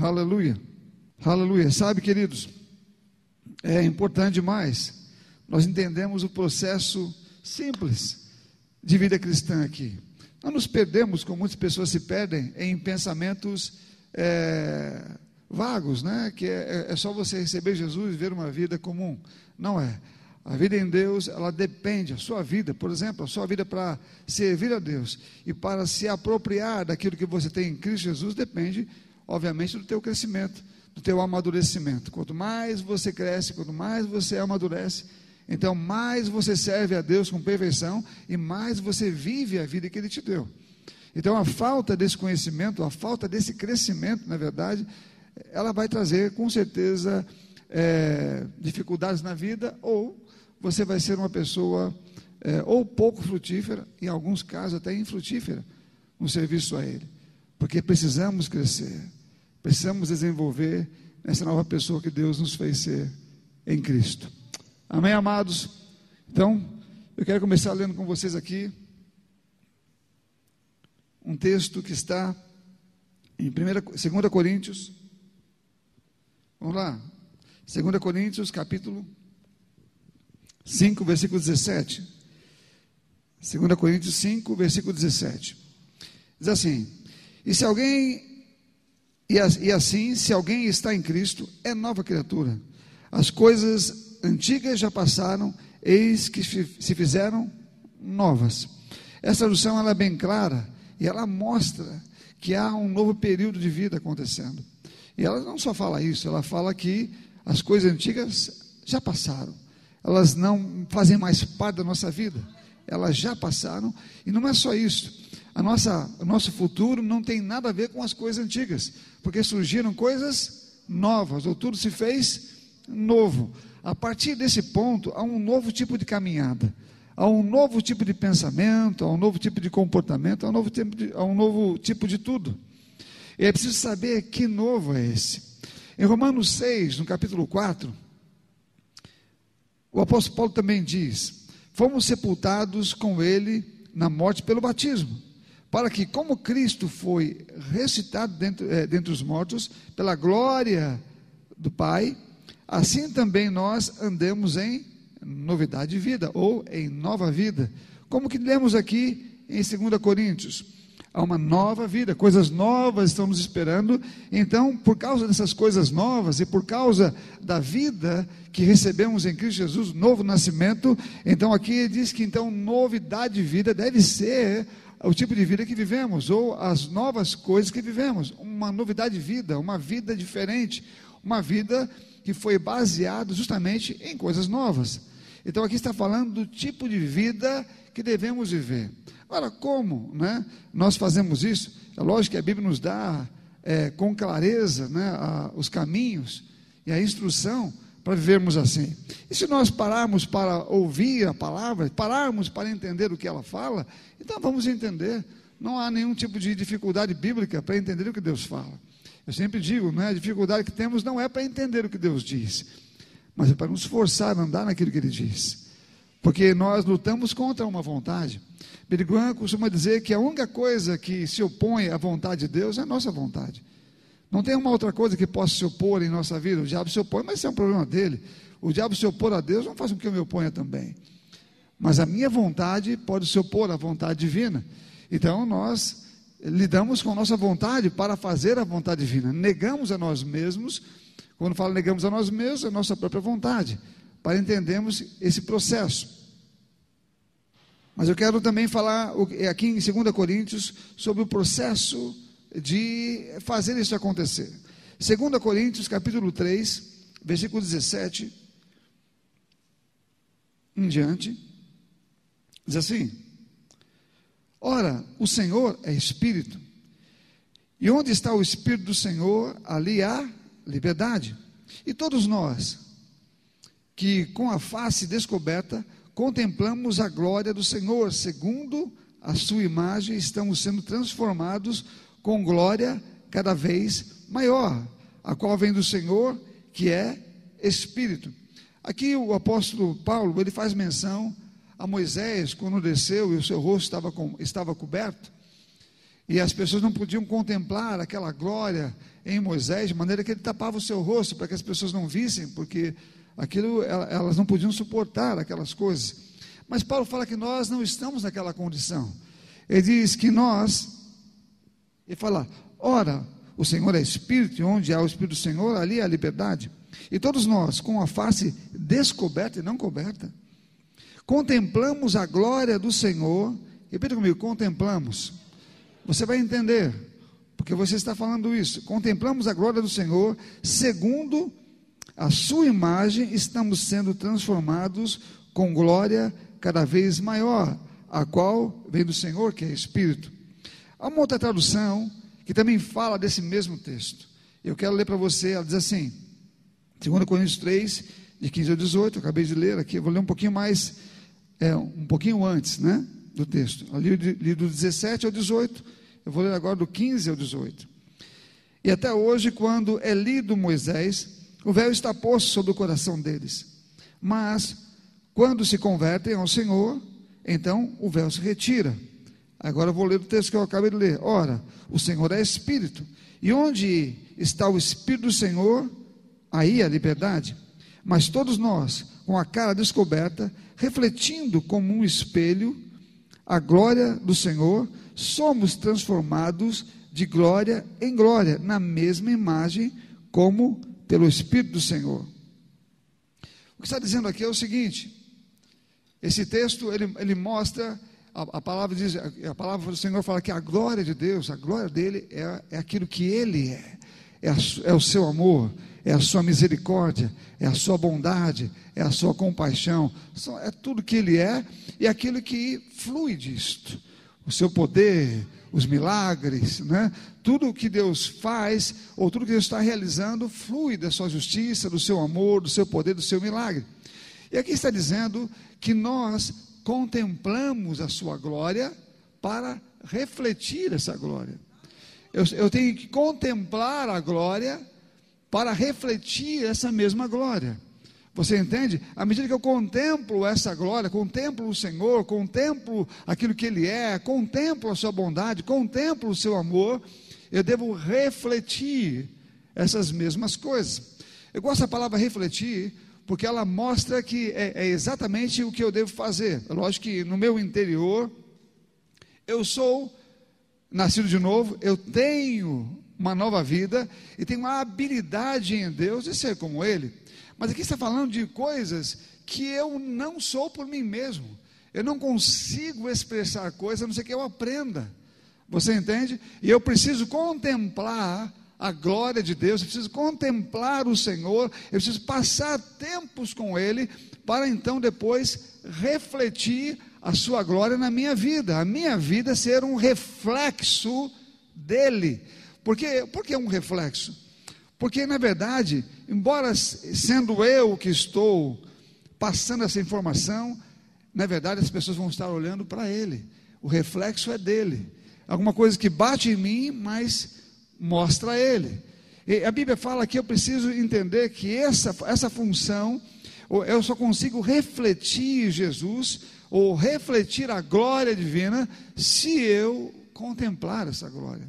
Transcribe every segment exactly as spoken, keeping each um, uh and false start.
Aleluia, aleluia. Sabe, queridos, é importante demais nós entendemos o processo simples de vida cristã aqui. Nós nos perdemos, como muitas pessoas se perdem, em pensamentos é, vagos, né? Que é, é só você receber Jesus e ver uma vida comum. Não é. A vida em Deus, ela depende, a sua vida, por exemplo, a sua vida para servir a Deus e para se apropriar daquilo que você tem em Cristo Jesus, depende, obviamente, do teu crescimento, do teu amadurecimento. Quanto mais você cresce, quanto mais você amadurece, então mais você serve a Deus com perfeição e mais você vive a vida que Ele te deu. Então a falta desse conhecimento, a falta desse crescimento, na verdade, ela vai trazer com certeza é, dificuldades na vida, ou você vai ser uma pessoa é, ou pouco frutífera, em alguns casos até infrutífera, no serviço a Ele, porque precisamos crescer, precisamos desenvolver essa nova pessoa que Deus nos fez ser em Cristo. Amém, amados? Então, eu quero começar lendo com vocês aqui um texto que está em primeira, segunda Coríntios, vamos lá, segunda Coríntios, capítulo cinco, versículo dezessete, segunda Coríntios cinco, versículo dezessete, diz assim: e se alguém, e assim, se alguém está em Cristo, é nova criatura, as coisas antigas já passaram, eis que se fizeram novas. Essa tradução ela é bem clara, e ela mostra que há um novo período de vida acontecendo, e ela não só fala isso, ela fala que as coisas antigas já passaram, elas não fazem mais parte da nossa vida, elas já passaram, e não é só isso, a nossa, o nosso futuro não tem nada a ver com as coisas antigas, porque surgiram coisas novas, ou tudo se fez novo. A partir desse ponto, há um novo tipo de caminhada, há um novo tipo de pensamento, há um novo tipo de comportamento, há um novo tipo de, há um novo tipo de tudo, e é preciso saber que novo é esse. Em Romanos seis, no capítulo quatro, o apóstolo Paulo também diz: fomos sepultados com ele na morte pelo batismo, para que, como Cristo foi ressuscitado dentre, é, dentre os mortos, pela glória do Pai, assim também nós andemos em novidade de vida, ou em nova vida, como que lemos aqui em segunda Coríntios, há uma nova vida, coisas novas estão nos esperando. Então, por causa dessas coisas novas, e por causa da vida que recebemos em Cristo Jesus, novo nascimento, então aqui ele diz que então novidade de vida deve ser o tipo de vida que vivemos, ou as novas coisas que vivemos, uma novidade de vida, uma vida diferente, uma vida que foi baseado justamente em coisas novas. Então aqui está falando do tipo de vida que devemos viver. Agora, como, né, nós fazemos isso? É lógico que a Bíblia nos dá é, com clareza, né, a, os caminhos e a instrução para vivermos assim. E se nós pararmos para ouvir a palavra, pararmos para entender o que ela fala, então vamos entender. Não há nenhum tipo de dificuldade bíblica para entender o que Deus fala. Eu sempre digo, né, a dificuldade que temos não é para entender o que Deus diz, mas é para nos forçar a andar naquilo que Ele diz, porque nós lutamos contra uma vontade. Billy Graham costuma dizer que a única coisa que se opõe à vontade de Deus é a nossa vontade. Não tem uma outra coisa que possa se opor em nossa vida. O diabo se opõe, mas isso é um problema dele. O diabo se opor a Deus não faz com que eu me oponha também, mas a minha vontade pode se opor à vontade divina. Então nós lidamos com a nossa vontade para fazer a vontade divina, negamos a nós mesmos. Quando falo negamos a nós mesmos, a nossa própria vontade, para entendermos esse processo. Mas eu quero também falar aqui em segunda Coríntios sobre o processo de fazer isso acontecer. segunda Coríntios capítulo três, versículo dezessete em diante, diz assim: ora, o Senhor é Espírito, e onde está o Espírito do Senhor, ali há liberdade. E todos nós, que com a face descoberta, contemplamos a glória do Senhor, segundo a sua imagem, estamos sendo transformados com glória cada vez maior, a qual vem do Senhor, que é Espírito. Aqui o apóstolo Paulo, ele faz menção a Moisés, quando desceu e o seu rosto estava, com, estava coberto, E as pessoas não podiam contemplar aquela glória em Moisés, de maneira que ele tapava o seu rosto, para que as pessoas não vissem, porque aquilo, elas não podiam suportar aquelas coisas. Mas Paulo fala que nós não estamos naquela condição. Ele diz que nós, ele fala, ora, o Senhor é Espírito, e onde há o Espírito do Senhor, ali há a liberdade. E todos nós, com a face descoberta e não coberta, contemplamos a glória do Senhor. Repita comigo, contemplamos. Você vai entender, porque você está falando isso. Contemplamos a glória do Senhor, segundo a sua imagem, estamos sendo transformados com glória cada vez maior, a qual vem do Senhor, que é Espírito. Há uma outra tradução que também fala desse mesmo texto. Eu quero ler para você, ela diz assim, dois Coríntios três, de quinze a dezoito, eu acabei de ler aqui, eu vou ler um pouquinho mais, é, um pouquinho antes, né, do texto. Eu li, li do dezessete ao dezoito, eu vou ler agora do quinze ao dezoito. E até hoje, quando é lido Moisés, o véu está posto sobre o coração deles. Mas, quando se convertem ao Senhor, então o véu se retira. Agora eu vou ler o texto que eu acabei de ler. Ora, o Senhor é Espírito, e onde está o Espírito do Senhor, aí a liberdade. Mas todos nós, com a cara descoberta, refletindo como um espelho a glória do Senhor, somos transformados de glória em glória, na mesma imagem, como pelo Espírito do Senhor. O que está dizendo aqui é o seguinte, esse texto, ele, ele mostra, a, a palavra diz, a palavra do Senhor fala que a glória de Deus, a glória dele é, é aquilo que ele é, é, a, é o seu amor, é a sua misericórdia, é a sua bondade, é a sua compaixão, é tudo que ele é, e aquilo que flui disto, o seu poder, os milagres, né? Tudo o que Deus faz, ou tudo que Deus está realizando, flui da sua justiça, do seu amor, do seu poder, do seu milagre. E aqui está dizendo que nós contemplamos a sua glória para refletir essa glória. Eu, eu tenho que contemplar a glória para refletir essa mesma glória. Você entende? À medida que eu contemplo essa glória, contemplo o Senhor, contemplo aquilo que Ele é, contemplo a sua bondade, contemplo o seu amor, eu devo refletir essas mesmas coisas. Eu gosto da palavra refletir, porque ela mostra que é, é exatamente o que eu devo fazer. Lógico que no meu interior, eu sou nascido de novo, eu tenho uma nova vida, e tenho uma habilidade em Deus de ser como Ele. Mas aqui está falando de coisas que eu não sou por mim mesmo. Eu não consigo expressar coisas, a não ser que eu aprenda. Você entende? E eu preciso contemplar a glória de Deus, eu preciso contemplar o Senhor, eu preciso passar tempos com Ele, para então depois refletir a sua glória na minha vida. A minha vida ser um reflexo dEle. Por que, por que um reflexo? Porque, na verdade, embora sendo eu que estou passando essa informação, na verdade as pessoas vão estar olhando para Ele. O reflexo é dele. Alguma coisa que bate em mim, mas mostra a Ele. E a Bíblia fala que eu preciso entender que essa, essa função, eu só consigo refletir Jesus, ou refletir a glória divina, se eu contemplar essa glória.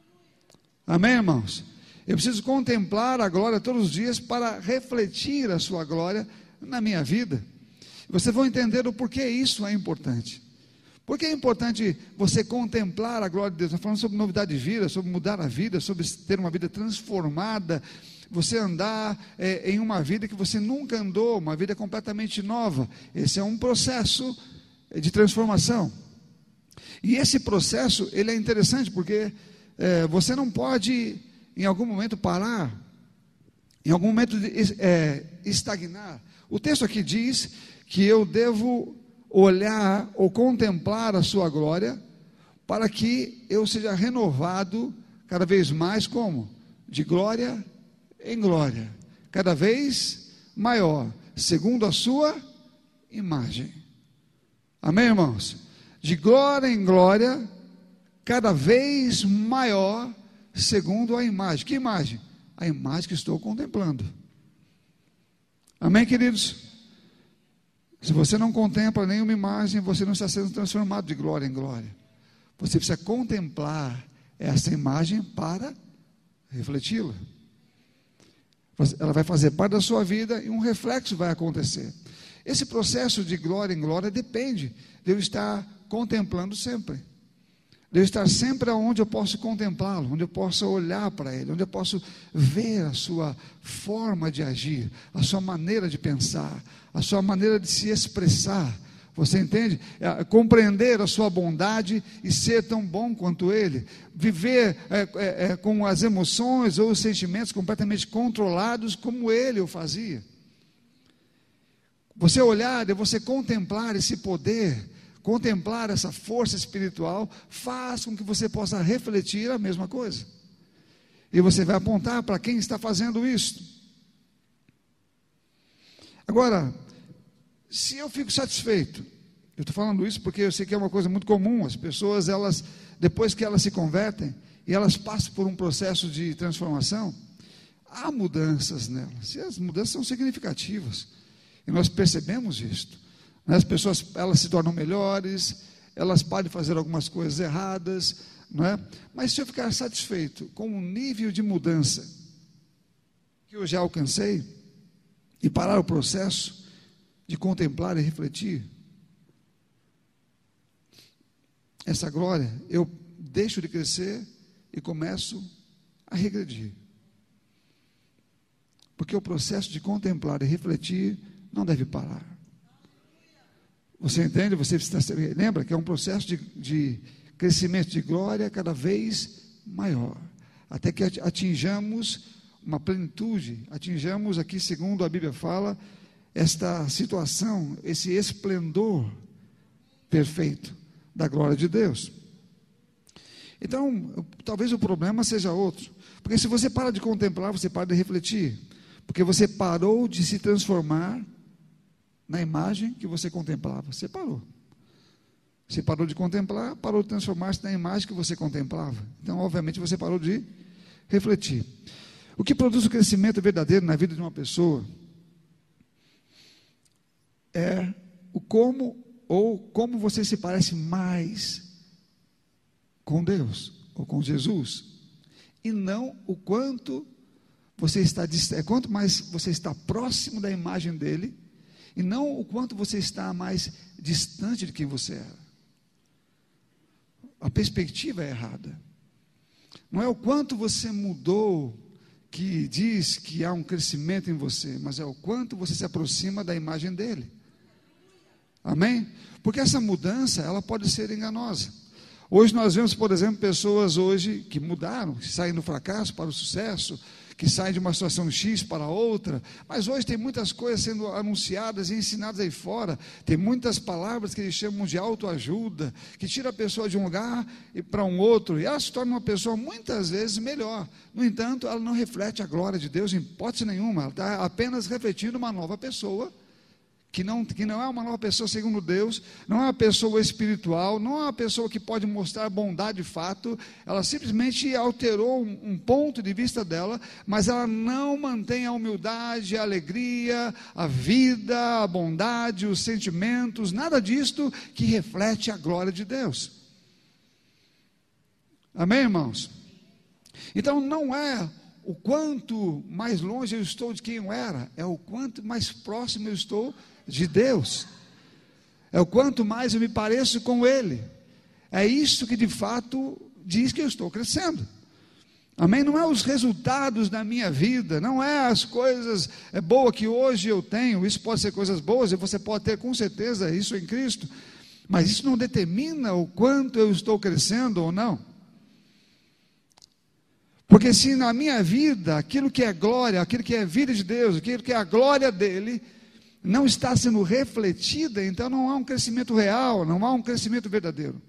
Amém, irmãos? Eu preciso contemplar a glória todos os dias para refletir a sua glória na minha vida. Vocês vão entender o porquê isso é importante. Por que é importante você contemplar a glória de Deus? Estamos falando sobre novidade de vida, sobre mudar a vida, sobre ter uma vida transformada, você andar é, em uma vida que você nunca andou, uma vida completamente nova. Esse é um processo de transformação. E esse processo, ele é interessante porque é, você não pode, em algum momento, parar, em algum momento é, estagnar. O texto aqui diz que eu devo olhar ou contemplar a sua glória, para que eu seja renovado cada vez mais, como? De glória em glória, cada vez maior, segundo a sua imagem. Amém, irmãos? De glória em glória, cada vez maior, segundo a imagem. Que imagem? A imagem que estou contemplando. Amém, queridos? Se você não contempla nenhuma imagem, você não está sendo transformado de glória em glória. Você precisa contemplar essa imagem para refleti-la. Ela vai fazer parte da sua vida e um reflexo vai acontecer. Esse processo de glória em glória depende de eu estar contemplando sempre. De eu estar sempre onde eu posso contemplá-lo, onde eu posso olhar para ele, onde eu posso ver a sua forma de agir, a sua maneira de pensar, a sua maneira de se expressar. Você entende? É, compreender a sua bondade e ser tão bom quanto ele. Viver é, é, é, com as emoções ou os sentimentos completamente controlados como ele o fazia. Você olhar e você contemplar esse poder, contemplar essa força espiritual, faz com que você possa refletir a mesma coisa. E você vai apontar para quem está fazendo isso. Agora, se eu fico satisfeito, eu estou falando isso porque eu sei que é uma coisa muito comum, as pessoas, elas, depois que elas se convertem, e elas passam por um processo de transformação, há mudanças nelas, e as mudanças são significativas, e nós percebemos isso. As pessoas, elas se tornam melhores, elas podem fazer algumas coisas erradas, não é? Mas se eu ficar satisfeito com o nível de mudança que eu já alcancei, e parar o processo de contemplar e refletir essa glória, eu deixo de crescer e começo a regredir. Porque o processo de contemplar e refletir não deve parar. Você entende? Você lembra que é um processo de, de crescimento de glória cada vez maior, até que atinjamos uma plenitude, atinjamos aqui, segundo a Bíblia fala, esta situação, esse esplendor perfeito da glória de Deus. Então, talvez o problema seja outro, porque se você para de contemplar, você para de refletir, porque você parou de se transformar na imagem que você contemplava. Você parou. Você parou de contemplar, parou de transformar-se na imagem que você contemplava. Então, obviamente, você parou de refletir. O que produz o crescimento verdadeiro na vida de uma pessoa é o como ou como você se parece mais com Deus ou com Jesus, e não o quanto você está, é quanto mais você está próximo da imagem dele, e não o quanto você está mais distante de quem você era. A perspectiva é errada. Não é o quanto você mudou que diz que há um crescimento em você, mas é o quanto você se aproxima da imagem dele. Amém? Porque essa mudança, ela pode ser enganosa. Hoje nós vemos, por exemplo, pessoas hoje que mudaram, que saem do fracasso para o sucesso, que saem de uma situação X para outra, mas hoje tem muitas coisas sendo anunciadas e ensinadas aí fora, tem muitas palavras que eles chamam de autoajuda, que tira a pessoa de um lugar e para um outro, e ela se torna uma pessoa muitas vezes melhor. No entanto, ela não reflete a glória de Deus em hipótese nenhuma, ela está apenas refletindo uma nova pessoa, Que não, que não é uma nova pessoa segundo Deus, não é uma pessoa espiritual, não é uma pessoa que pode mostrar bondade de fato, ela simplesmente alterou um, um ponto de vista dela, mas ela não mantém a humildade, a alegria, a vida, a bondade, os sentimentos, nada disto que reflete a glória de Deus. Amém, irmãos? Então não é o quanto mais longe eu estou de quem eu era, é o quanto mais próximo eu estou de Deus, é o quanto mais eu me pareço com Ele, é isso que de fato diz que eu estou crescendo. Amém? Não é os resultados da minha vida, não é as coisas é boas que hoje eu tenho, isso pode ser coisas boas, e você pode ter com certeza isso em Cristo, mas isso não determina o quanto eu estou crescendo ou não. Porque se na minha vida, aquilo que é glória, aquilo que é vida de Deus, aquilo que é a glória dele, não está sendo refletida, então não há um crescimento real, não há um crescimento verdadeiro.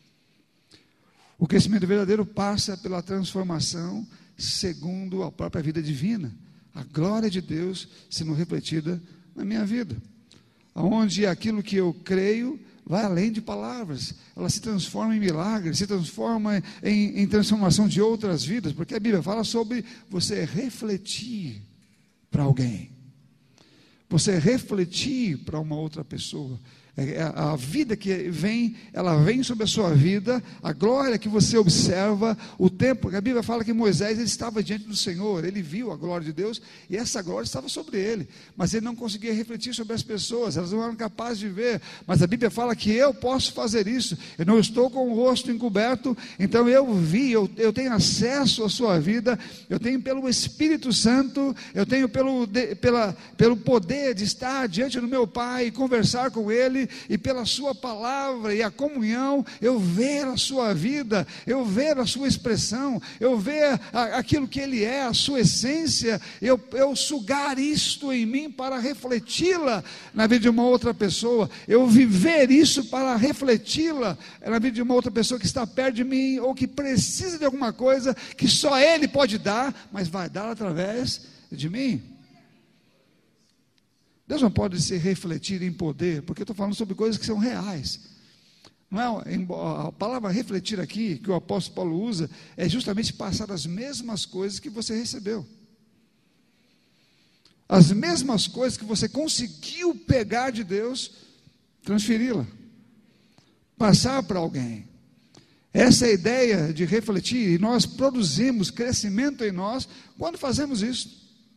O crescimento verdadeiro passa pela transformação segundo a própria vida divina, a glória de Deus sendo refletida na minha vida, onde aquilo que eu creio vai além de palavras, ela se transforma em milagres, se transforma em, em transformação de outras vidas, porque a Bíblia fala sobre você refletir para alguém, você refletir para uma outra pessoa, A vida que vem, ela vem sobre a sua vida, a glória que você observa, o tempo, a Bíblia fala que Moisés, ele estava diante do Senhor, ele viu a glória de Deus, e essa glória estava sobre ele, mas ele não conseguia refletir sobre as pessoas, elas não eram capazes de ver, mas a Bíblia fala que eu posso fazer isso, eu não estou com o rosto encoberto, então eu vi, eu, eu tenho acesso à sua vida, eu tenho pelo Espírito Santo, eu tenho pelo, de, pela, pelo poder de estar diante do meu Pai, e conversar com Ele, e pela sua palavra e a comunhão, eu ver a sua vida, eu ver a sua expressão, eu ver a, aquilo que Ele é, a sua essência, eu, eu sugar isto em mim para refleti-la na vida de uma outra pessoa, eu viver isso para refleti-la na vida de uma outra pessoa que está perto de mim, ou que precisa de alguma coisa, que só Ele pode dar, mas vai dar através de mim. Deus não pode se refletir em poder, porque eu estou falando sobre coisas que são reais. Não é, a palavra refletir aqui, que o apóstolo Paulo usa, é justamente passar as mesmas coisas que você recebeu. As mesmas coisas que você conseguiu pegar de Deus, transferi-la. Passar para alguém. Essa é a ideia de refletir, e nós produzimos crescimento em nós quando fazemos isso.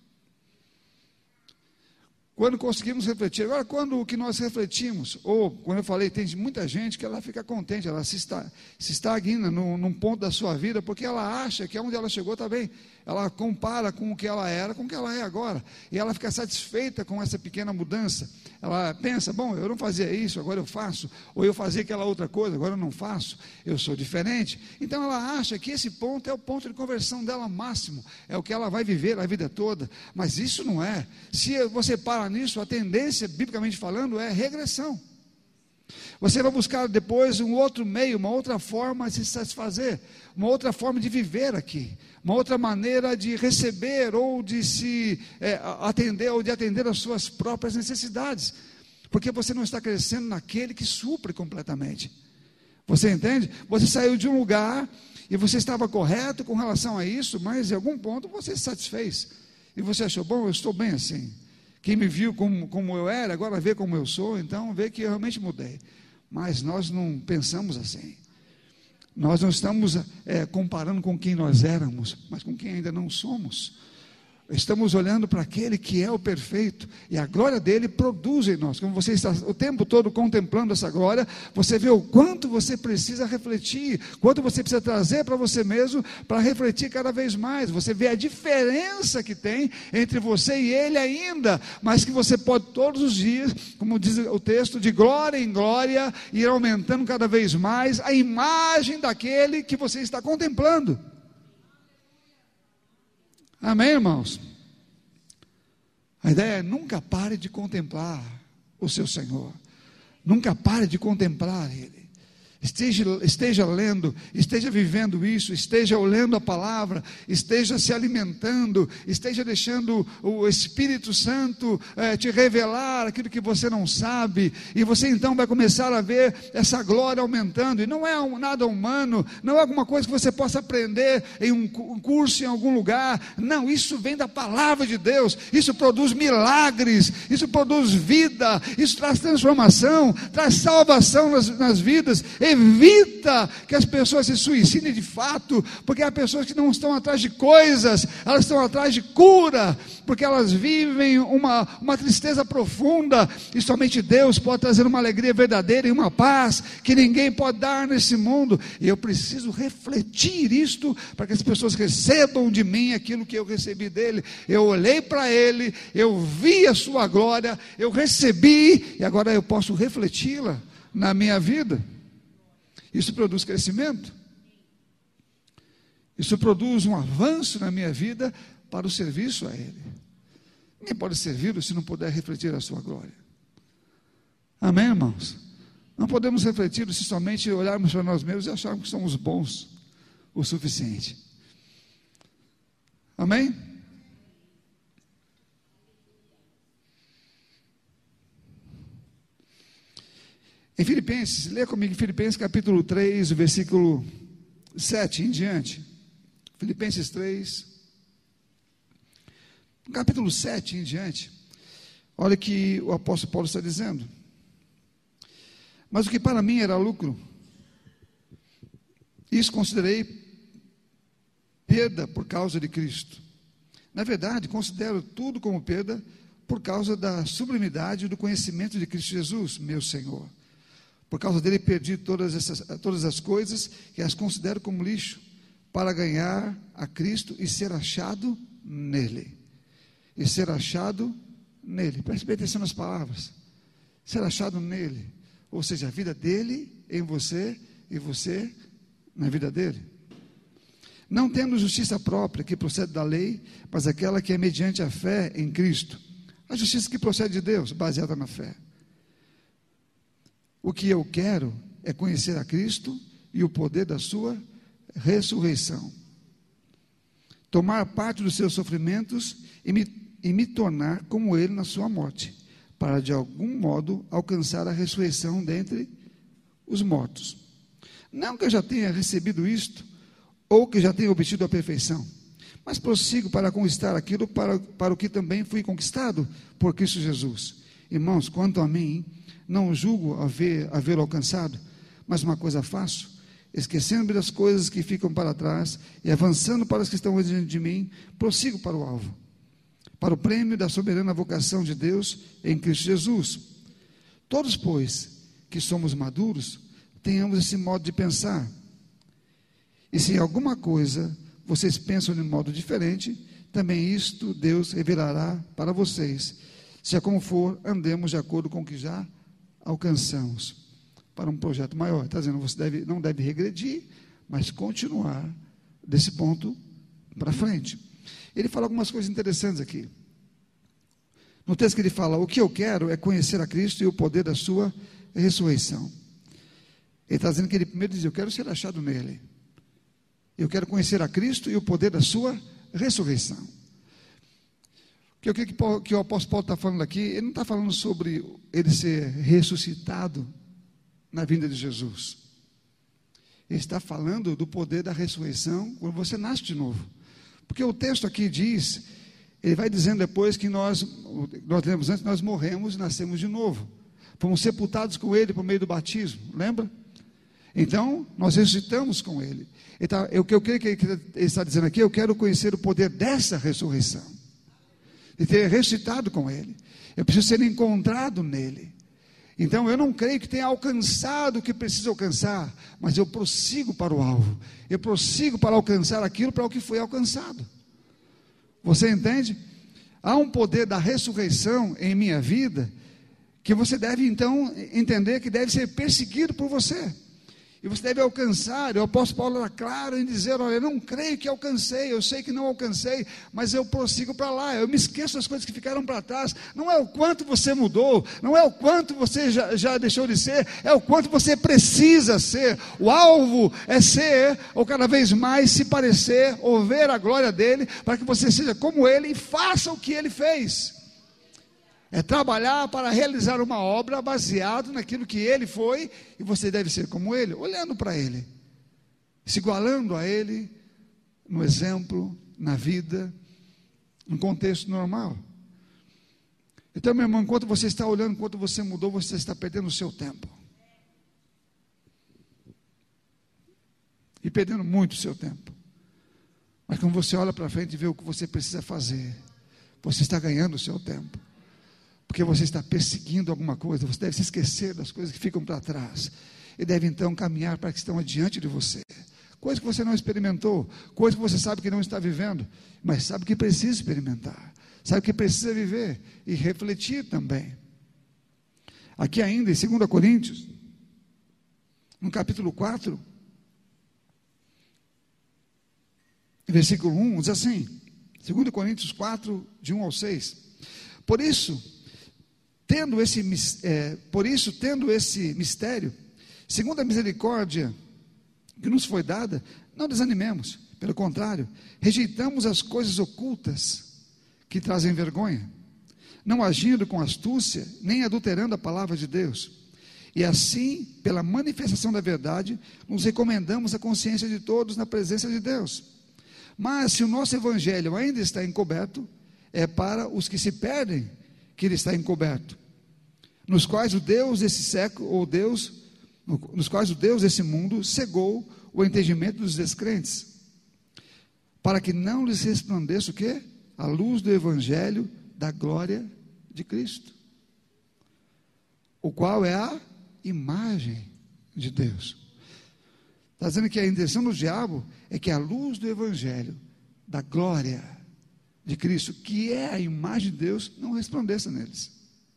Quando conseguimos refletir. Agora, quando o que nós refletimos, ou quando eu falei, tem muita gente que ela fica contente, ela se, está, se estagna num, num ponto da sua vida, porque ela acha que onde ela chegou está bem. Ela compara com o que ela era, com o que ela é agora, e ela fica satisfeita com essa pequena mudança. Ela pensa, bom, eu não fazia isso, agora eu faço, ou eu fazia aquela outra coisa, agora eu não faço, eu sou diferente. Então ela acha que esse ponto é o ponto de conversão dela máximo, é o que ela vai viver a vida toda, mas isso não é. Se você para nisso, a tendência, biblicamente falando, é regressão. Você vai buscar depois um outro meio, uma outra forma de se satisfazer, uma outra forma de viver aqui, uma outra maneira de receber ou de se é, atender ou de atender às suas próprias necessidades, porque você não está crescendo naquele que supre completamente. Você entende? Você saiu de um lugar e você estava correto com relação a isso, mas em algum ponto você se satisfez e você achou, bom, eu estou bem assim. Quem me viu como, como eu era, agora vê como eu sou, então vê que eu realmente mudei. Mas nós não pensamos assim. Nós não estamos é, comparando com quem nós éramos, mas com quem ainda não somos. Estamos olhando para aquele que é o perfeito, e a glória dele produz em nós. Como você está o tempo todo contemplando essa glória, você vê o quanto você precisa refletir, quanto você precisa trazer para você mesmo, para refletir cada vez mais. Você vê a diferença que tem entre você e ele ainda, mas que você pode todos os dias, como diz o texto, de glória em glória, ir aumentando cada vez mais a imagem daquele que você está contemplando. Amém, irmãos? A ideia é nunca pare de contemplar o seu Senhor, nunca pare de contemplar Ele. Esteja, esteja lendo, esteja vivendo isso, esteja olhando a palavra, esteja se alimentando, esteja deixando o Espírito Santo eh, te revelar aquilo que você não sabe, e você então vai começar a ver essa glória aumentando, e não é um, nada humano, não é alguma coisa que você possa aprender em um, um curso em algum lugar, não, isso vem da palavra de Deus, isso produz milagres, isso produz vida, isso traz transformação, traz salvação nas, nas vidas, evita que as pessoas se suicidem de fato, porque há pessoas que não estão atrás de coisas, elas estão atrás de cura, porque elas vivem uma, uma tristeza profunda, e somente Deus pode trazer uma alegria verdadeira e uma paz que ninguém pode dar nesse mundo, e eu preciso refletir isto, para que as pessoas recebam de mim aquilo que eu recebi dele. Eu olhei para ele, eu vi a sua glória, eu recebi, e agora eu posso refleti-la na minha vida. Isso produz crescimento, isso produz um avanço na minha vida para o serviço a Ele. Ninguém pode servi-lo se não puder refletir a sua glória. Amém, irmãos? Não podemos refletir se somente olharmos para nós mesmos e acharmos que somos bons o suficiente. Amém? Em Filipenses, lê comigo em Filipenses capítulo três, o versículo sete em diante. Filipenses três, capítulo sete em diante. Olha o que o apóstolo Paulo está dizendo. Mas o que para mim era lucro, isso considerei perda por causa de Cristo. Na verdade, considero tudo como perda por causa da sublimidade do conhecimento de Cristo Jesus, meu Senhor. Por causa dele perdi todas, essas, todas as coisas que as considero como lixo, para ganhar a Cristo e ser achado nele. E ser achado nele. Preste bem atenção nas palavras. Ser achado nele. Ou seja, a vida dele em você e você na vida dele. Não tendo justiça própria que procede da lei, mas aquela que é mediante a fé em Cristo. A justiça que procede de Deus, baseada na fé. O que eu quero é conhecer a Cristo e o poder da sua ressurreição. Tomar parte dos seus sofrimentos e me, e me tornar como ele na sua morte, para de algum modo alcançar a ressurreição dentre os mortos. Não que eu já tenha recebido isto, ou que já tenha obtido a perfeição, mas prossigo para conquistar aquilo para, para o que também fui conquistado por Cristo Jesus. Irmãos, quanto a mim, não julgo haver, havê-lo alcançado, mas uma coisa faço, esquecendo-me das coisas que ficam para trás e avançando para as que estão diante de mim, prossigo para o alvo, para o prêmio da soberana vocação de Deus em Cristo Jesus. Todos, pois, que somos maduros, tenhamos esse modo de pensar. E se em alguma coisa vocês pensam de modo diferente, também isto Deus revelará para vocês. Seja como for, andemos de acordo com o que já alcançamos. Para um projeto maior. Está dizendo, você deve, não deve regredir, mas continuar desse ponto para frente. Ele fala algumas coisas interessantes aqui. No texto que ele fala, o que eu quero é conhecer a Cristo e o poder da sua ressurreição. Ele está dizendo que ele primeiro diz, eu quero ser achado nele. Eu quero conhecer a Cristo e o poder da sua ressurreição. O que eu creio que, que o apóstolo Paulo está falando aqui, ele não está falando sobre ele ser ressuscitado na vinda de Jesus. Ele está falando do poder da ressurreição quando você nasce de novo. Porque o texto aqui diz, ele vai dizendo depois que nós, nós lemos antes, nós morremos e nascemos de novo. Fomos sepultados com ele por meio do batismo, lembra? Então, nós ressuscitamos com ele. Então, o que eu creio que ele está dizendo aqui, eu quero conhecer o poder dessa ressurreição. De ter ressuscitado com ele. Eu preciso ser encontrado nele. Então, eu não creio que tenha alcançado o que preciso alcançar, mas eu prossigo para o alvo. Eu prossigo para alcançar aquilo para o que foi alcançado. Você entende? Há um poder da ressurreição em minha vida, que você deve então entender que deve ser perseguido por você. E você deve alcançar. O apóstolo Paulo era claro em dizer, olha, eu não creio que alcancei, eu sei que não alcancei, mas eu prossigo para lá, eu me esqueço das coisas que ficaram para trás. Não é o quanto você mudou, não é o quanto você já, já deixou de ser, é o quanto você precisa ser. O alvo é ser, ou cada vez mais se parecer, ou ver a glória dele, para que você seja como ele e faça o que ele fez. É trabalhar para realizar uma obra baseado naquilo que ele foi, e você deve ser como ele, olhando para ele, se igualando a ele, no exemplo, na vida, num contexto normal. Então, meu irmão, enquanto você está olhando, enquanto você mudou, você está perdendo o seu tempo. E perdendo muito o seu tempo. Mas quando você olha para frente e vê o que você precisa fazer, você está ganhando o seu tempo. Porque você está perseguindo alguma coisa, você deve se esquecer das coisas que ficam para trás, e deve então caminhar para que estão adiante de você, coisa que você não experimentou, coisa que você sabe que não está vivendo, mas sabe que precisa experimentar, sabe que precisa viver, e refletir também. Aqui ainda em dois Coríntios, no capítulo quatro, versículo um, diz assim, dois Coríntios quatro, de um ao seis, por isso, Tendo esse, é, por isso, tendo esse mistério, segundo a misericórdia que nos foi dada, não desanimemos, pelo contrário, rejeitamos as coisas ocultas que trazem vergonha, não agindo com astúcia, nem adulterando a palavra de Deus, e assim, pela manifestação da verdade, nos recomendamos a consciência de todos na presença de Deus. Mas se o nosso evangelho ainda está encoberto, é para os que se perdem que ele está encoberto, nos quais o Deus desse século, ou Deus nos quais o Deus desse mundo cegou o entendimento dos descrentes, para que não lhes resplandeça o quê? A luz do evangelho da glória de Cristo, o qual é a imagem de Deus. Está dizendo que a intenção do diabo é que a luz do evangelho da glória de Cristo, que é a imagem de Deus, não resplandeça neles.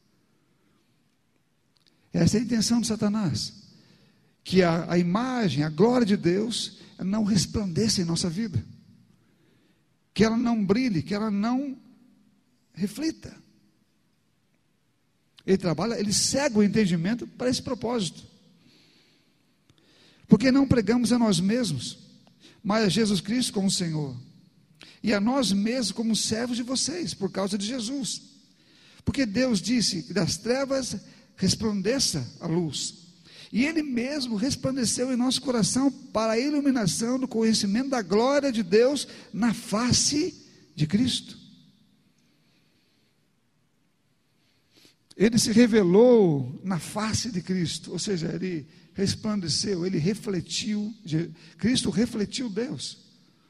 Essa é a intenção de Satanás, que a, a imagem, a glória de Deus não resplandeça em nossa vida, que ela não brilhe, que ela não reflita. Ele trabalha, ele cega o entendimento para esse propósito, porque não pregamos a nós mesmos, mas a Jesus Cristo como Senhor, e a nós mesmos como servos de vocês, por causa de Jesus, porque Deus disse que das trevas resplandeça a luz, e Ele mesmo resplandeceu em nosso coração para a iluminação do conhecimento da glória de Deus na face de Cristo. Ele se revelou na face de Cristo, ou seja, Ele resplandeceu, Ele refletiu, Cristo refletiu Deus,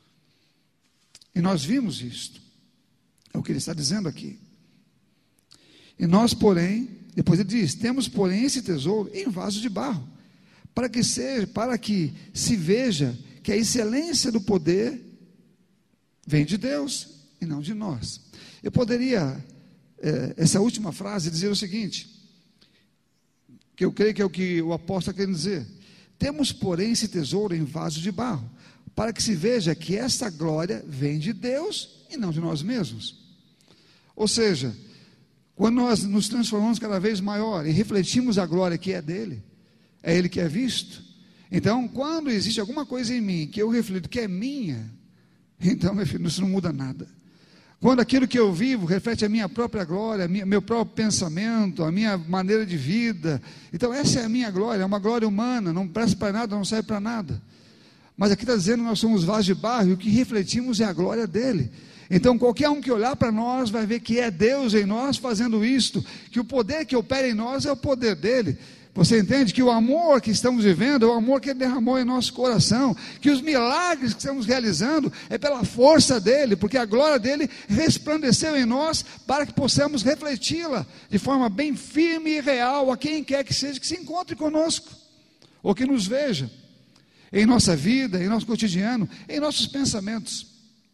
e nós vimos isto, é o que Ele está dizendo aqui. E nós, porém, depois Ele diz, temos porém esse tesouro em vaso de barro, para que seja, para que se veja que a excelência do poder vem de Deus e não de nós. Eu poderia, é, essa última frase, dizer o seguinte, que eu creio que é o que o apóstolo está querendo dizer: temos porém esse tesouro em vaso de barro, para que se veja que essa glória vem de Deus e não de nós mesmos. Ou seja, quando nós nos transformamos cada vez maior e refletimos a glória que é dele, é Ele que é visto. Então, quando existe alguma coisa em mim que eu reflito que é minha, então, meu filho, isso não muda nada. Quando aquilo que eu vivo reflete a minha própria glória, a minha, meu próprio pensamento, a minha maneira de vida, então essa é a minha glória, é uma glória humana, não presta para nada, não serve para nada. Mas aqui está dizendo que nós somos vasos de barro e o que refletimos é a glória dele. Então qualquer um que olhar para nós vai ver que é Deus em nós fazendo isto, que o poder que opera em nós é o poder dele. Você entende que o amor que estamos vivendo é o amor que Ele derramou em nosso coração, que os milagres que estamos realizando é pela força dele, porque a glória dele resplandeceu em nós para que possamos refleti-la de forma bem firme e real a quem quer que seja que se encontre conosco, ou que nos veja em nossa vida, em nosso cotidiano, em nossos pensamentos.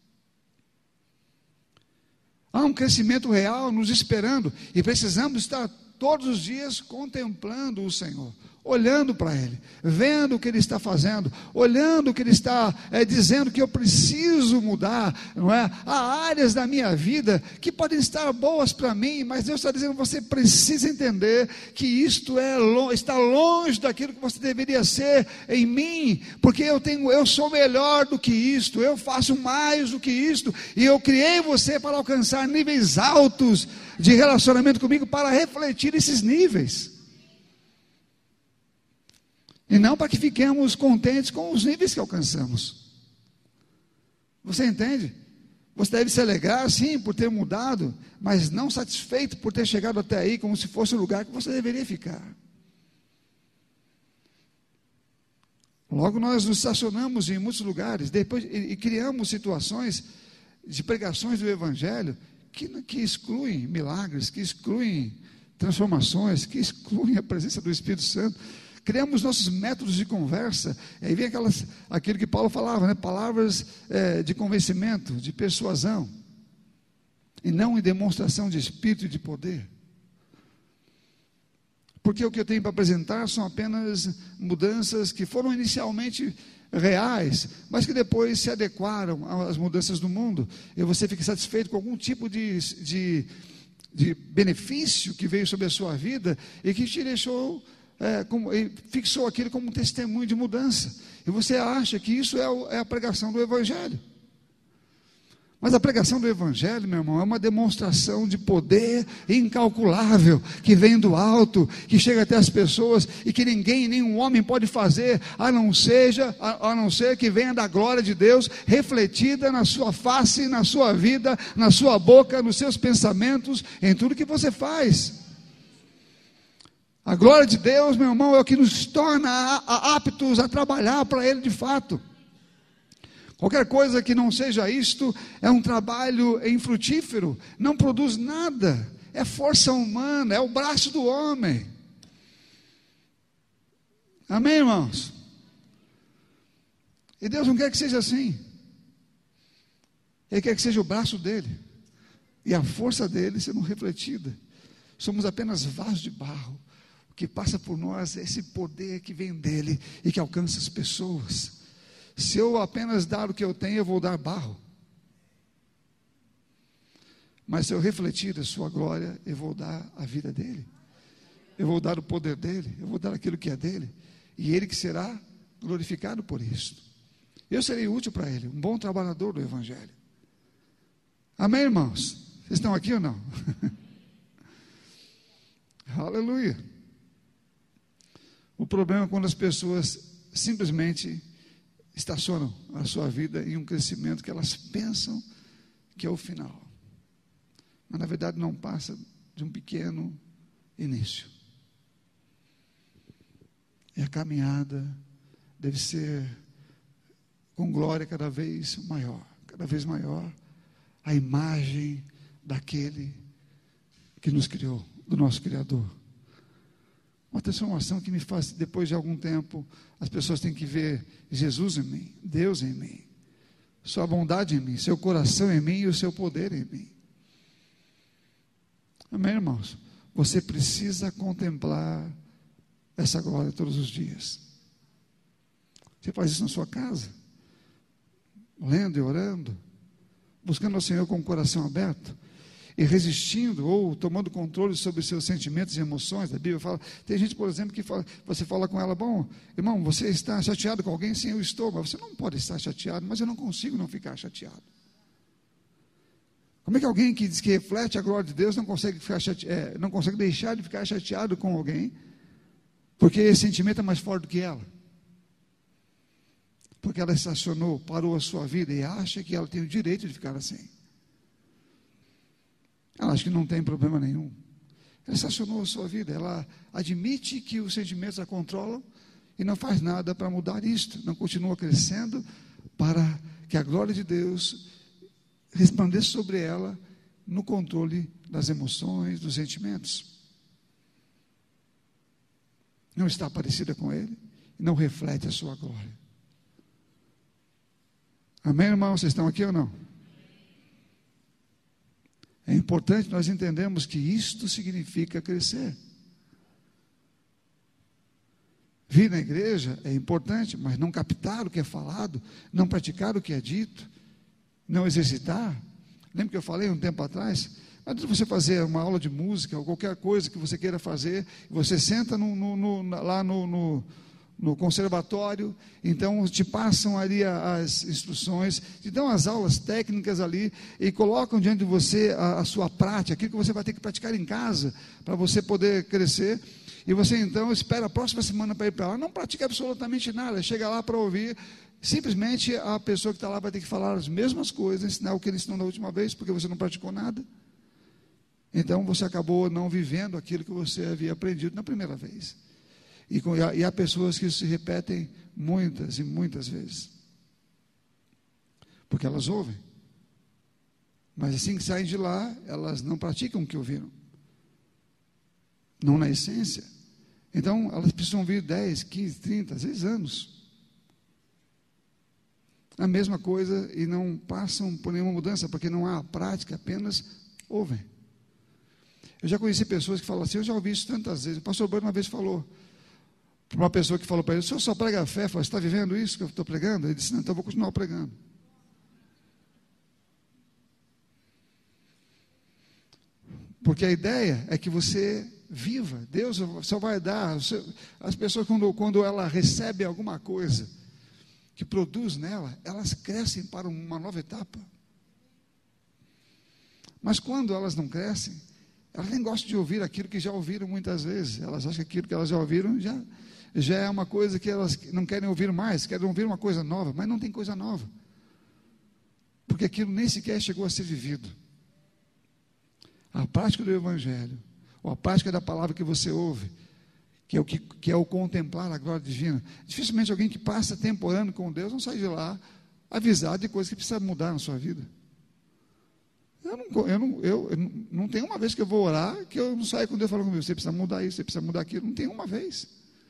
Há um crescimento real nos esperando e precisamos estar todos os dias contemplando o Senhor, olhando para Ele, vendo o que Ele está fazendo, olhando o que Ele está é, dizendo que eu preciso mudar, não é? Há áreas da minha vida que podem estar boas para mim, mas Deus está dizendo, você precisa entender que isto é, está longe daquilo que você deveria ser em mim, porque eu, tenho, eu sou melhor do que isto, eu faço mais do que isto, e eu criei você para alcançar níveis altos de relacionamento comigo, para refletir esses níveis, e não para que fiquemos contentes com os níveis que alcançamos. Você entende? Você deve se alegrar sim por ter mudado, mas não satisfeito por ter chegado até aí, como se fosse o lugar que você deveria ficar. Logo nós nos estacionamos em muitos lugares, depois, e, e criamos situações de pregações do Evangelho que, que excluem milagres, que excluem transformações, que excluem a presença do Espírito Santo. Criamos nossos métodos de conversa, e aí vem aquelas, aquilo que Paulo falava, né? Palavras é, de convencimento, de persuasão, e não em demonstração de espírito e de poder. Porque o que eu tenho para apresentar são apenas mudanças que foram inicialmente reais, mas que depois se adequaram às mudanças do mundo, e você fica satisfeito com algum tipo de, de, de benefício que veio sobre a sua vida, e que te deixou... É, como, fixou aquilo como um testemunho de mudança, e você acha que isso é, o, é a pregação do Evangelho. Mas a pregação do Evangelho, meu irmão, é uma demonstração de poder incalculável, que vem do alto, que chega até as pessoas, e que ninguém, nenhum homem pode fazer, a não, seja, a, a não ser que venha da glória de Deus, refletida na sua face, na sua vida, na sua boca, nos seus pensamentos, em tudo que você faz. A glória de Deus, meu irmão, é o que nos torna aptos a trabalhar para Ele de fato. Qualquer coisa que não seja isto é um trabalho infrutífero, não produz nada, é força humana, é o braço do homem. Amém, irmãos? E Deus não quer que seja assim. Ele quer que seja o braço dele e a força dele sendo refletida. Somos apenas vasos de barro. O que passa por nós é esse poder que vem dele e que alcança as pessoas. Se eu apenas dar o que eu tenho, eu vou dar barro. Mas se eu refletir a sua glória, eu vou dar a vida dele. Eu vou dar o poder dele, eu vou dar aquilo que é dele. E ele que será glorificado por isso. Eu serei útil para ele, um bom trabalhador do evangelho. Amém, irmãos? Vocês estão aqui ou não? Aleluia. O problema é quando as pessoas simplesmente estacionam a sua vida em um crescimento que elas pensam que é o final. Mas na verdade não passa de um pequeno início. E a caminhada deve ser com glória cada vez maior, cada vez maior, a imagem daquele que nos criou, do nosso Criador. Uma transformação que me faz, depois de algum tempo, as pessoas têm que ver Jesus em mim, Deus em mim, sua bondade em mim, seu coração em mim e o seu poder em mim. Amém, irmãos? Você precisa contemplar essa glória todos os dias. Você faz isso na sua casa, lendo e orando, buscando ao Senhor com o coração aberto e resistindo ou tomando controle sobre os seus sentimentos e emoções. A Bíblia fala, tem gente, por exemplo, que fala, você fala com ela, bom, irmão, você está chateado com alguém? Sim, eu estou, mas você não pode estar chateado, mas eu não consigo não ficar chateado. Como é que alguém que diz que reflete a glória de Deus não consegue, ficar chate... é, não consegue deixar de ficar chateado com alguém, porque esse sentimento é mais forte do que ela? Porque ela estacionou, parou a sua vida e acha que ela tem o direito de ficar assim. Ela acha que não tem problema nenhum. Ela estacionou a sua vida, ela admite que os sentimentos a controlam e não faz nada para mudar isto, não continua crescendo para que a glória de Deus resplandeça sobre ela no controle das emoções, dos sentimentos. Não está parecida com Ele e não reflete a sua glória. Amém, irmão? Vocês estão aqui ou não? É importante nós entendermos que isto significa crescer. Vir na igreja é importante, mas não captar o que é falado, não praticar o que é dito, não exercitar. Lembra que eu falei um tempo atrás? Não adianta você fazer uma aula de música ou qualquer coisa que você queira fazer, você senta no, no, no, lá no, no, no conservatório, então te passam ali as instruções, te dão as aulas técnicas ali e colocam diante de você a, a sua prática, aquilo que você vai ter que praticar em casa para você poder crescer. E você então espera a próxima semana para ir para lá, não pratica absolutamente nada, chega lá para ouvir, simplesmente a pessoa que está lá vai ter que falar as mesmas coisas, ensinar o que ele ensinou na última vez, porque você não praticou nada. Então você acabou não vivendo aquilo que você havia aprendido na primeira vez. E, com, e há pessoas que isso se repetem muitas e muitas vezes, porque elas ouvem, mas assim que saem de lá, elas não praticam o que ouviram, não na essência. Então elas precisam vir dez, quinze, trinta, às vezes anos, a mesma coisa, e não passam por nenhuma mudança, porque não há prática, apenas ouvem. Eu já conheci pessoas que falam assim, eu já ouvi isso tantas vezes. O pastor Bruno uma vez falou para uma pessoa que falou para ele, o senhor só prega a fé? Falou, você está vivendo isso que eu estou pregando? Ele disse, não, então eu vou continuar pregando. Porque a ideia é que você viva. Deus só vai dar. As pessoas, quando, quando ela recebe alguma coisa que produz nela, elas crescem para uma nova etapa. Mas quando elas não crescem, elas nem gostam de ouvir aquilo que já ouviram muitas vezes. Elas acham que aquilo que elas já ouviram já, já é uma coisa que elas não querem ouvir mais, querem ouvir uma coisa nova, mas não tem coisa nova. Porque aquilo nem sequer chegou a ser vivido. A prática do Evangelho, ou a prática da palavra que você ouve, que é o, que, que é o contemplar a glória divina. Dificilmente alguém que passa tempo orando com Deus não sai de lá avisado de coisas que precisa mudar na sua vida. Eu não, eu, não, eu, eu não tenho uma vez que eu vou orar que eu não saio com Deus falando comigo, você precisa mudar isso, você precisa mudar aquilo. Não tem uma vez.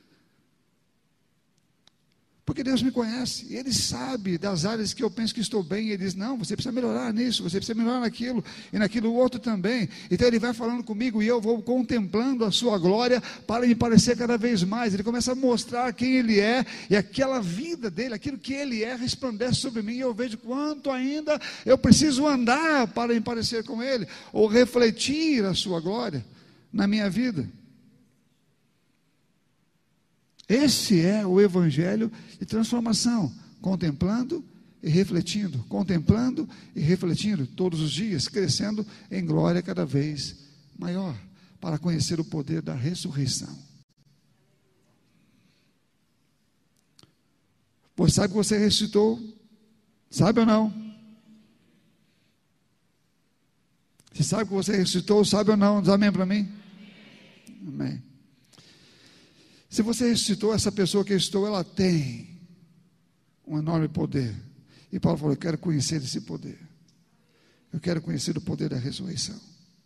Porque Deus me conhece, Ele sabe das áreas que eu penso que estou bem, e Ele diz, não, você precisa melhorar nisso, você precisa melhorar naquilo, e naquilo outro também. Então Ele vai falando comigo, e eu vou contemplando a sua glória, para me parecer cada vez mais. Ele começa a mostrar quem Ele é, e aquela vida dEle, aquilo que Ele é, resplandece sobre mim, e eu vejo quanto ainda eu preciso andar, para me parecer com Ele, ou refletir a sua glória, na minha vida. Esse é o evangelho de transformação, contemplando e refletindo, contemplando e refletindo todos os dias, crescendo em glória cada vez maior, para conhecer o poder da ressurreição. Pois sabe que você ressuscitou? Sabe ou não? Você sabe que você ressuscitou? Sabe ou não? Diz amém para mim? Amém. Se você ressuscitou, essa pessoa que ressuscitou, ela tem um enorme poder. E Paulo falou, eu quero conhecer esse poder. Eu quero conhecer o poder da ressurreição.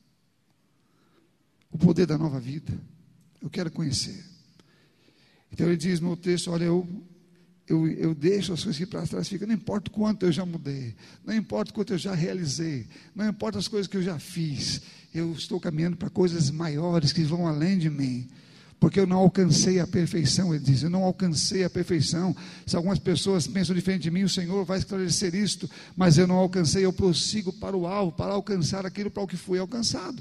O poder da nova vida. Eu quero conhecer. Então ele diz no texto, olha, eu, eu, eu deixo as coisas que para trás ficam, não importa o quanto eu já mudei, não importa o quanto eu já realizei, não importa as coisas que eu já fiz, eu estou caminhando para coisas maiores que vão além de mim. Porque eu não alcancei a perfeição, ele diz, eu não alcancei a perfeição. Se algumas pessoas pensam diferente de mim, o Senhor vai esclarecer isto, mas eu não alcancei, eu prossigo para o alvo, para alcançar aquilo para o que foi alcançado.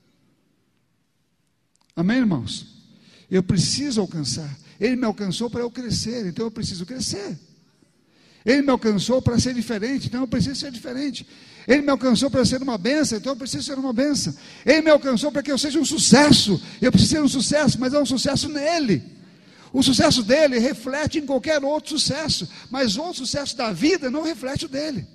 Amém, irmãos? Eu preciso alcançar. Ele me alcançou para eu crescer, então eu preciso crescer. Ele me alcançou para ser diferente, então eu preciso ser diferente. Ele me alcançou para ser uma bênção, então eu preciso ser uma bênção. Ele me alcançou para que eu seja um sucesso, eu preciso ser um sucesso, mas é um sucesso nele. O sucesso dele reflete em qualquer outro sucesso, mas o sucesso da vida não reflete o dele.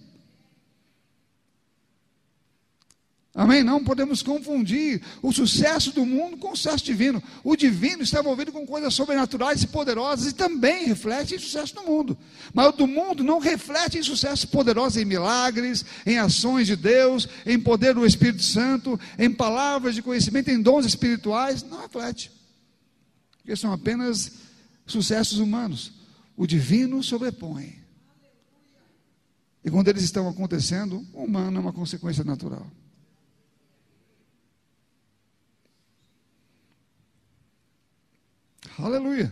Amém? Não podemos confundir o sucesso do mundo com o sucesso divino. O divino está envolvido com coisas sobrenaturais e poderosas e também reflete em sucesso do mundo. Mas o do mundo não reflete em sucesso poderoso, em milagres, em ações de Deus, em poder do Espírito Santo, em palavras de conhecimento, em dons espirituais. Não reflete. Porque são apenas sucessos humanos. O divino sobrepõe. E quando eles estão acontecendo, o humano é uma consequência natural. Aleluia.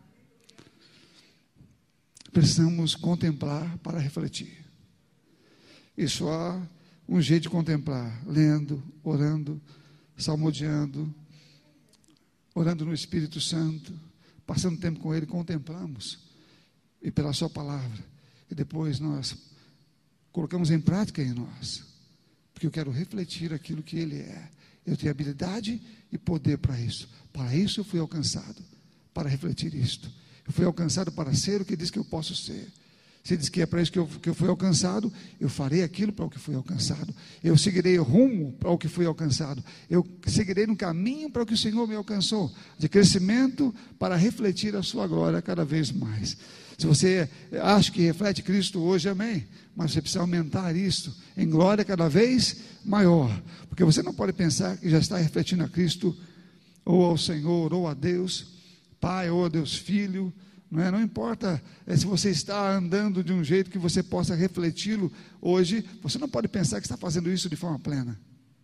Precisamos contemplar para refletir. E só há um jeito de contemplar, lendo, orando, salmodiando, orando no Espírito Santo, passando tempo com Ele, contemplamos, e pela sua palavra, e depois nós colocamos em prática em nós, porque eu quero refletir aquilo que Ele é. Eu tenho habilidade e poder para isso. Para isso eu fui alcançado. Para refletir isto. Eu fui alcançado para ser o que diz que eu posso ser. Se diz que é para isso que eu, que eu fui alcançado, eu farei aquilo para o que fui alcançado. Eu seguirei rumo para o que fui alcançado. Eu seguirei no caminho para o que o Senhor me alcançou. De crescimento para refletir a sua glória cada vez mais. Se você acha que reflete Cristo hoje, amém. Mas você precisa aumentar isso em glória cada vez maior. Porque você não pode pensar que já está refletindo a Cristo, ou ao Senhor, ou a Deus, Pai, ou a Deus Filho, não é? Não importa é, se você está andando de um jeito que você possa refleti-lo hoje, você não pode pensar que está fazendo isso de forma plena.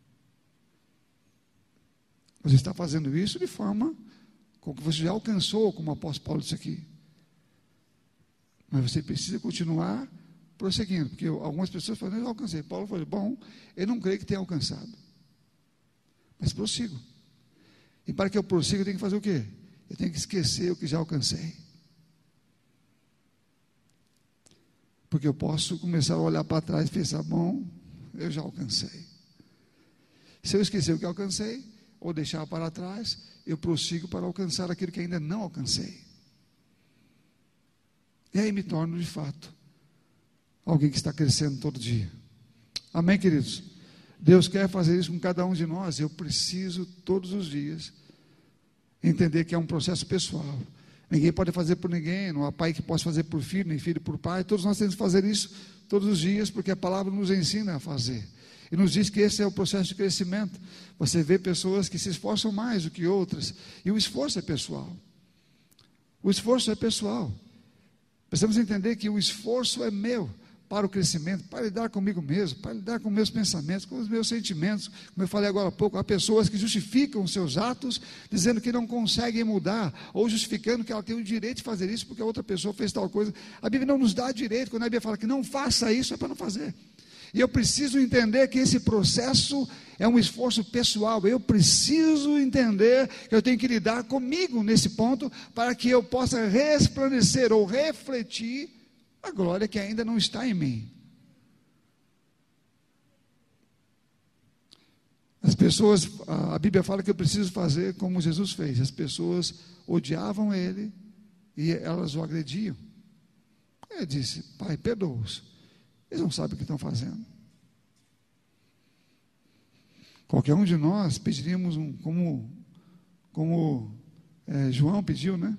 Você está fazendo isso de forma com que você já alcançou, como o apóstolo Paulo disse aqui. Mas você precisa continuar prosseguindo, porque algumas pessoas falam, eu alcancei. Paulo falou, bom, eu não creio que tenha alcançado, mas prossigo. E para que eu prossiga, eu tenho que fazer o quê? Eu tenho que esquecer o que já alcancei. Porque eu posso começar a olhar para trás e pensar, bom, eu já alcancei. Se eu esquecer o que alcancei, ou deixar para trás, eu prossigo para alcançar aquilo que ainda não alcancei. E aí me torno, de fato, alguém que está crescendo todo dia. Amém, queridos? Deus quer fazer isso com cada um de nós. Eu preciso, todos os dias, entender que é um processo pessoal. Ninguém pode fazer por ninguém, não há pai que possa fazer por filho, nem filho por pai. Todos nós temos que fazer isso todos os dias, porque a palavra nos ensina a fazer. E nos diz que esse é o processo de crescimento. Você vê pessoas que se esforçam mais do que outras, e o esforço é pessoal. O esforço é pessoal. Precisamos entender que o esforço é meu, para o crescimento, para lidar comigo mesmo, para lidar com meus pensamentos, com os meus sentimentos. Como eu falei agora há pouco, há pessoas que justificam os seus atos, dizendo que não conseguem mudar, ou justificando que ela tem o direito de fazer isso, porque a outra pessoa fez tal coisa. A Bíblia não nos dá direito. Quando a Bíblia fala que não faça isso, é para não fazer. E eu preciso entender que esse processo é um esforço pessoal. Eu preciso entender que eu tenho que lidar comigo nesse ponto, para que eu possa resplandecer ou refletir a glória que ainda não está em mim. As pessoas, a Bíblia fala que eu preciso fazer como Jesus fez. As pessoas odiavam ele e elas o agrediam. Ele disse: Pai, perdoa-os, eles não sabem o que estão fazendo. Qualquer um de nós pediríamos um, como, como é, João pediu, né?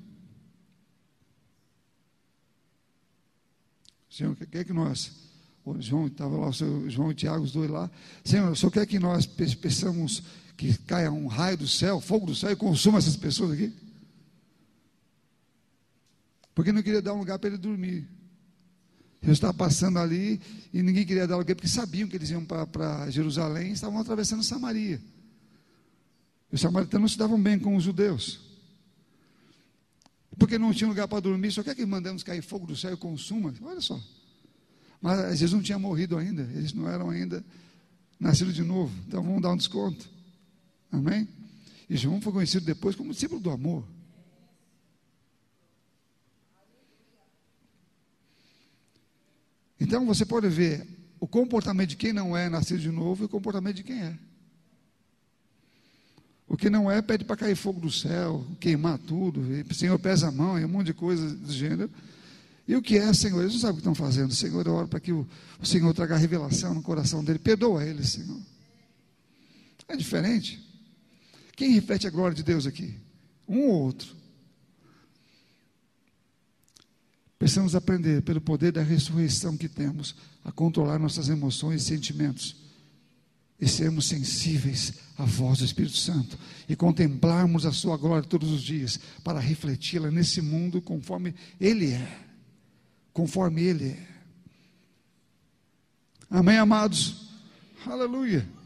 Senhor, quer que nós, o João estava lá, o seu, João e Tiago, os dois lá, Senhor, o Senhor quer que nós peçamos que caia um raio do céu, fogo do céu, e consuma essas pessoas aqui? Porque não queria dar um lugar para ele dormir. Eu estava passando ali e ninguém queria dar lugar, porque sabiam que eles iam para Jerusalém e estavam atravessando Samaria. E os samaritanos não se davam bem com os judeus. Porque não tinha lugar para dormir, só quer que mandamos cair fogo do céu e consuma. Olha só. Mas Jesus não tinha morrido ainda, eles não eram ainda nascidos de novo. Então vamos dar um desconto. Amém? E João foi conhecido depois como discípulo do amor. Então você pode ver o comportamento de quem não é nascido de novo e o comportamento de quem é. O que não é, pede para cair fogo do céu, queimar tudo, o Senhor pesa a mão, e um monte de coisas do gênero. E o que é, Senhor? Eles não sabem o que estão fazendo. Senhor, eu oro para que o, o Senhor traga a revelação no coração dele. Perdoa eles, Senhor. É diferente. Quem reflete a glória de Deus aqui? Um ou outro? Precisamos aprender, pelo poder da ressurreição que temos, a controlar nossas emoções e sentimentos. E sermos sensíveis à voz do Espírito Santo, e contemplarmos a sua glória todos os dias, para refleti-la nesse mundo conforme Ele é, conforme Ele é. Amém, amados? Aleluia.